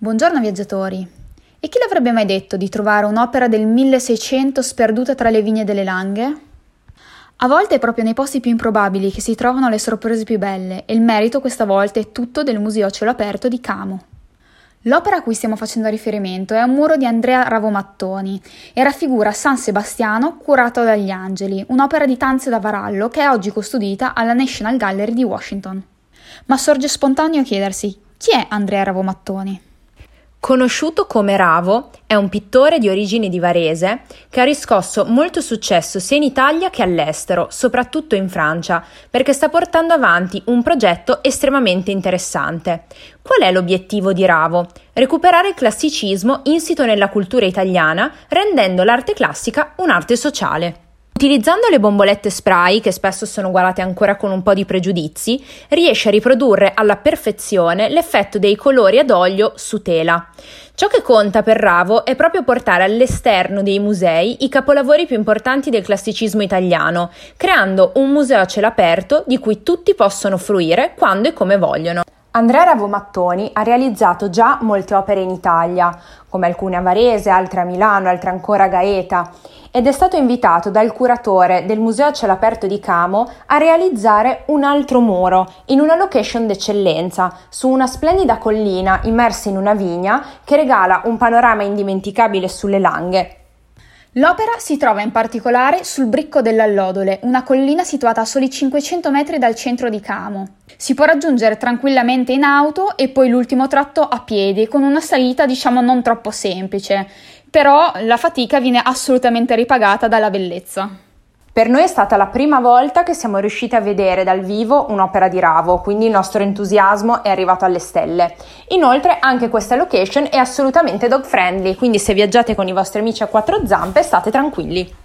Buongiorno viaggiatori! E chi l'avrebbe mai detto di trovare un'opera del 1600 sperduta tra le vigne delle Langhe? A volte è proprio nei posti più improbabili che si trovano le sorprese più belle e il merito questa volta è tutto del Museo a cielo aperto di Camo. L'opera a cui stiamo facendo riferimento è un muro di Andrea Ravomattoni e raffigura San Sebastiano curato dagli angeli, un'opera di Tanzio da Varallo che è oggi custodita alla National Gallery di Washington. Ma sorge spontaneo chiedersi, chi è Andrea Ravomattoni? Conosciuto come Ravo, è un pittore di origini di Varese che ha riscosso molto successo sia in Italia che all'estero, soprattutto in Francia, perché sta portando avanti un progetto estremamente interessante. Qual è l'obiettivo di Ravo? Recuperare il classicismo insito nella cultura italiana, rendendo l'arte classica un'arte sociale. Utilizzando le bombolette spray, che spesso sono guardate ancora con un po' di pregiudizi, riesce a riprodurre alla perfezione l'effetto dei colori ad olio su tela. Ciò che conta per Ravo è proprio portare all'esterno dei musei i capolavori più importanti del classicismo italiano, creando un museo a cielo aperto di cui tutti possono fruire quando e come vogliono. Andrea Ravomattoni ha realizzato già molte opere in Italia, come alcune a Varese, altre a Milano, altre ancora a Gaeta, ed è stato invitato dal curatore del Museo a cielo aperto di Camo a realizzare un altro muro in una location d'eccellenza, su una splendida collina immersa in una vigna che regala un panorama indimenticabile sulle Langhe. L'opera si trova in particolare sul Bricco dell'Allodole, una collina situata a soli 500 metri dal centro di Camo. Si può raggiungere tranquillamente in auto e poi l'ultimo tratto a piedi, con una salita non troppo semplice, però la fatica viene assolutamente ripagata dalla bellezza. Per noi è stata la prima volta che siamo riusciti a vedere dal vivo un'opera di Ravo, quindi il nostro entusiasmo è arrivato alle stelle. Inoltre anche questa location è assolutamente dog friendly, quindi se viaggiate con i vostri amici a quattro zampe state tranquilli.